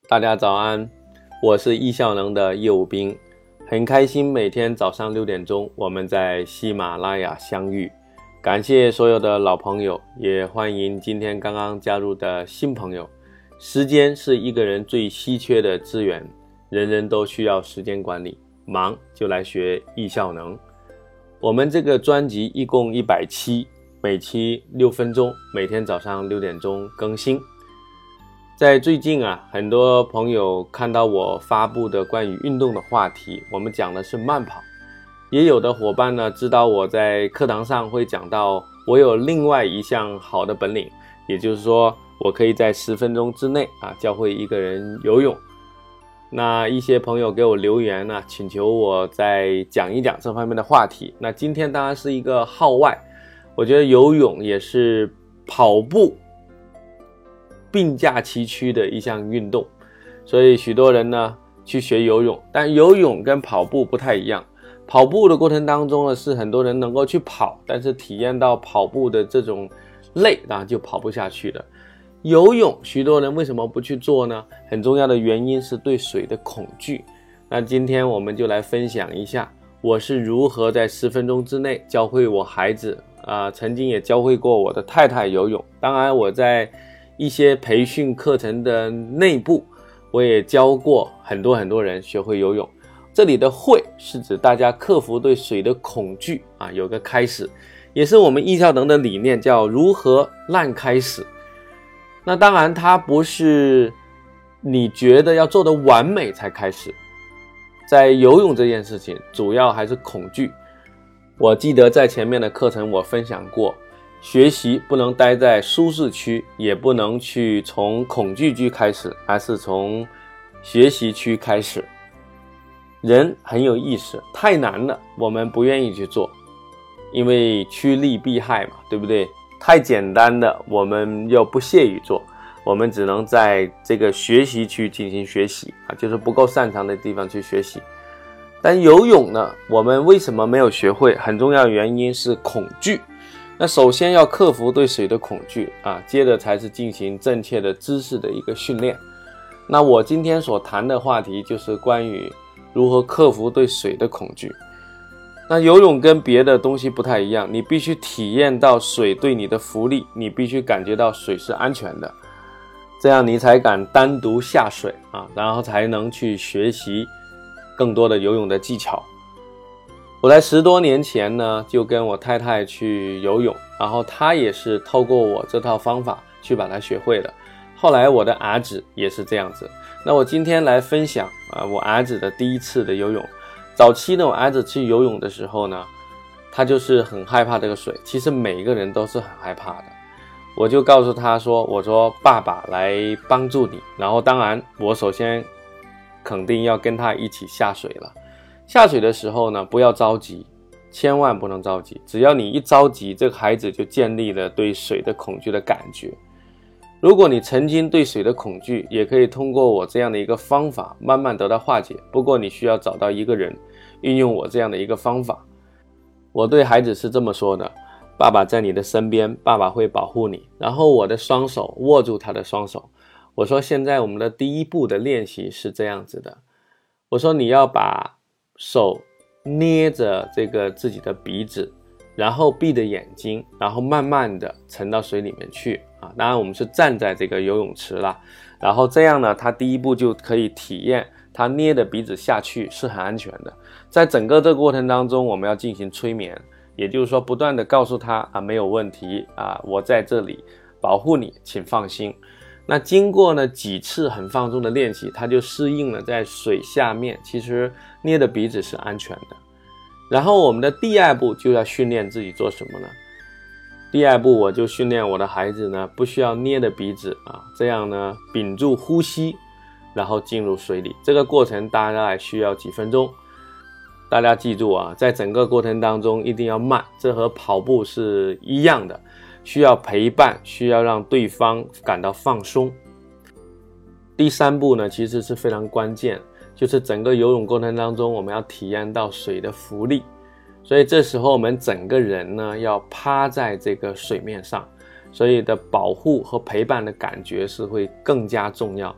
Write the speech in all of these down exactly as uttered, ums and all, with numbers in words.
大家早安，我是易效能的业务兵，很开心每天早上六点钟我们在喜马拉雅相遇。感谢所有的老朋友，也欢迎今天刚刚加入的新朋友。时间是一个人最稀缺的资源，人人都需要时间管理，忙就来学易效能。我们这个专辑一共一百期，每期六分钟，每天早上六点钟更新。在最近啊，很多朋友看到我发布的关于运动的话题，我们讲的是慢跑。也有的伙伴呢，知道我在课堂上会讲到我有另外一项好的本领，也就是说我可以在十分钟之内啊教会一个人游泳。那一些朋友给我留言呢、啊，请求我再讲一讲这方面的话题。那今天当然是一个号外，我觉得游泳也是跑步并驾齐驱的一项运动，所以许多人呢去学游泳，但游泳跟跑步不太一样。跑步的过程当中呢，是很多人能够去跑，但是体验到跑步的这种累啊，就跑不下去了。游泳许多人为什么不去做呢？很重要的原因是对水的恐惧。那今天我们就来分享一下我是如何在十分钟之内教会我孩子啊、呃，曾经也教会过我的太太游泳。当然我在一些培训课程的内部，我也教过很多很多人学会游泳。这里的会是指大家克服对水的恐惧啊，有个开始，也是我们易效能的理念，叫如何烂开始。那当然它不是你觉得要做得完美才开始，在游泳这件事情主要还是恐惧。我记得在前面的课程我分享过，学习不能待在舒适区，也不能去从恐惧区开始，而是从学习区开始。人很有意识，太难了我们不愿意去做，因为趋利避害嘛，对不对？太简单的我们又不屑于做，我们只能在这个学习区进行学习啊，就是不够擅长的地方去学习。但游泳呢，我们为什么没有学会？很重要的原因是恐惧。那首先要克服对水的恐惧啊，接着才是进行正确的知识的一个训练。那我今天所谈的话题就是关于如何克服对水的恐惧。那游泳跟别的东西不太一样，你必须体验到水对你的浮力，你必须感觉到水是安全的，这样你才敢单独下水啊，然后才能去学习更多的游泳的技巧。我在十多年前呢，就跟我太太去游泳，然后她也是透过我这套方法去把它学会了。后来我的儿子也是这样子。那我今天来分享啊，我儿子的第一次的游泳。早期呢，我儿子去游泳的时候呢，他就是很害怕这个水。其实每一个人都是很害怕的。我就告诉他说，我说爸爸来帮助你。然后当然我首先肯定要跟他一起下水了。下水的时候呢，不要着急，千万不能着急。只要你一着急，这个孩子就建立了对水的恐惧的感觉。如果你曾经对水的恐惧，也可以通过我这样的一个方法慢慢得到化解。不过你需要找到一个人运用我这样的一个方法。我对孩子是这么说的，爸爸在你的身边，爸爸会保护你。然后我的双手握住他的双手，我说现在我们的第一步的练习是这样子的，我说你要把手捏着这个自己的鼻子，然后闭着眼睛，然后慢慢的沉到水里面去啊。当然我们是站在这个游泳池啦，然后这样呢，他第一步就可以体验他捏的鼻子下去是很安全的。在整个这个过程当中，我们要进行催眠，也就是说不断的告诉他啊，没有问题啊，我在这里保护你，请放心。那经过呢几次很放松的练习，他就适应了在水下面其实捏的鼻子是安全的。然后我们的第二步就要训练自己做什么呢？第二步我就训练我的孩子呢，不需要捏的鼻子啊，这样呢屏住呼吸，然后进入水里。这个过程大概需要几分钟。大家记住啊，在整个过程当中一定要慢，这和跑步是一样的，需要陪伴，需要让对方感到放松。第三步呢，其实是非常关键，就是整个游泳过程当中我们要体验到水的浮力。所以这时候我们整个人呢要趴在这个水面上，所以的保护和陪伴的感觉是会更加重要。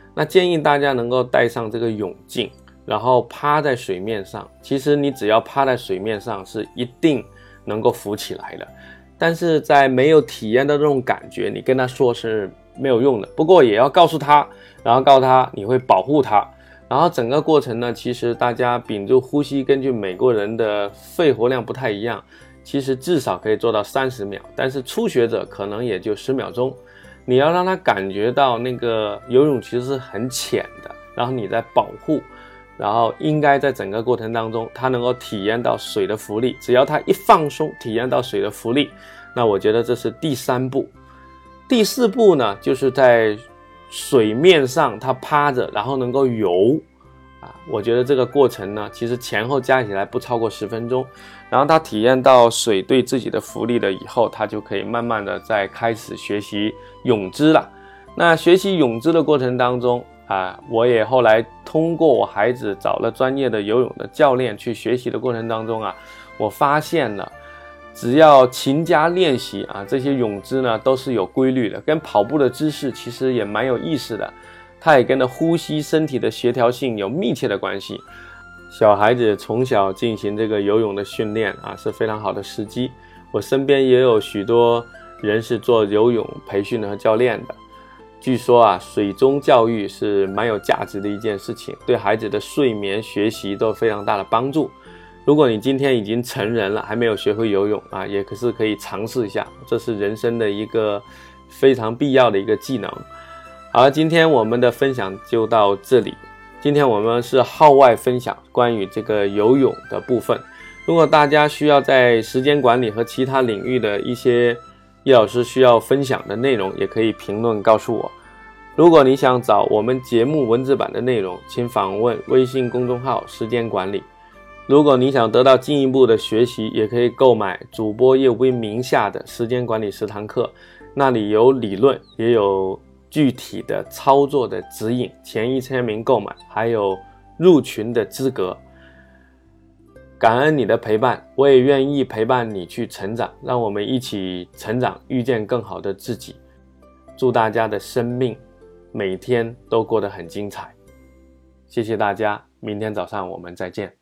那建议大家能够带上这个泳镜，然后趴在水面上。其实你只要趴在水面上是一定能够浮起来的，但是在没有体验到这种感觉，你跟他说是没有用的。不过也要告诉他，然后告诉他你会保护他。然后整个过程呢，其实大家屏住呼吸，根据每个人的肺活量不太一样，其实至少可以做到三十秒，但是初学者可能也就十秒钟。你要让他感觉到那个游泳其实是很浅的，然后你在保护，然后应该在整个过程当中他能够体验到水的浮力。只要他一放松，体验到水的浮力，那我觉得这是第三步。第四步呢，就是在水面上他趴着，然后能够游啊，我觉得这个过程呢，其实前后加起来不超过十分钟。然后他体验到水对自己的浮力了以后，他就可以慢慢的再开始学习泳姿了。那学习泳姿的过程当中啊，我也后来通过我孩子找了专业的游泳的教练去学习的过程当中啊，我发现了只要勤加练习啊，这些泳姿呢都是有规律的，跟跑步的姿势其实也蛮有意思的，它也跟着呼吸身体的协调性有密切的关系。小孩子从小进行这个游泳的训练啊，是非常好的时机。我身边也有许多人是做游泳培训和教练的。据说啊，水中教育是蛮有价值的一件事情，对孩子的睡眠、学习都有非常大的帮助。如果你今天已经成人了，还没有学会游泳啊，也可是可以尝试一下，这是人生的一个非常必要的一个技能。好了，今天我们的分享就到这里。今天我们是号外分享关于这个游泳的部分。如果大家需要在时间管理和其他领域的一些叶老师需要分享的内容，也可以评论告诉我。如果你想找我们节目文字版的内容，请访问微信公众号时间管理。如果你想得到进一步的学习，也可以购买主播叶武斌名下的时间管理十堂课，那里有理论，也有具体的操作的指引，前一千名购买，还有入群的资格。感恩你的陪伴，我也愿意陪伴你去成长，让我们一起成长，遇见更好的自己。祝大家的生命每天都过得很精彩。谢谢大家，明天早上我们再见。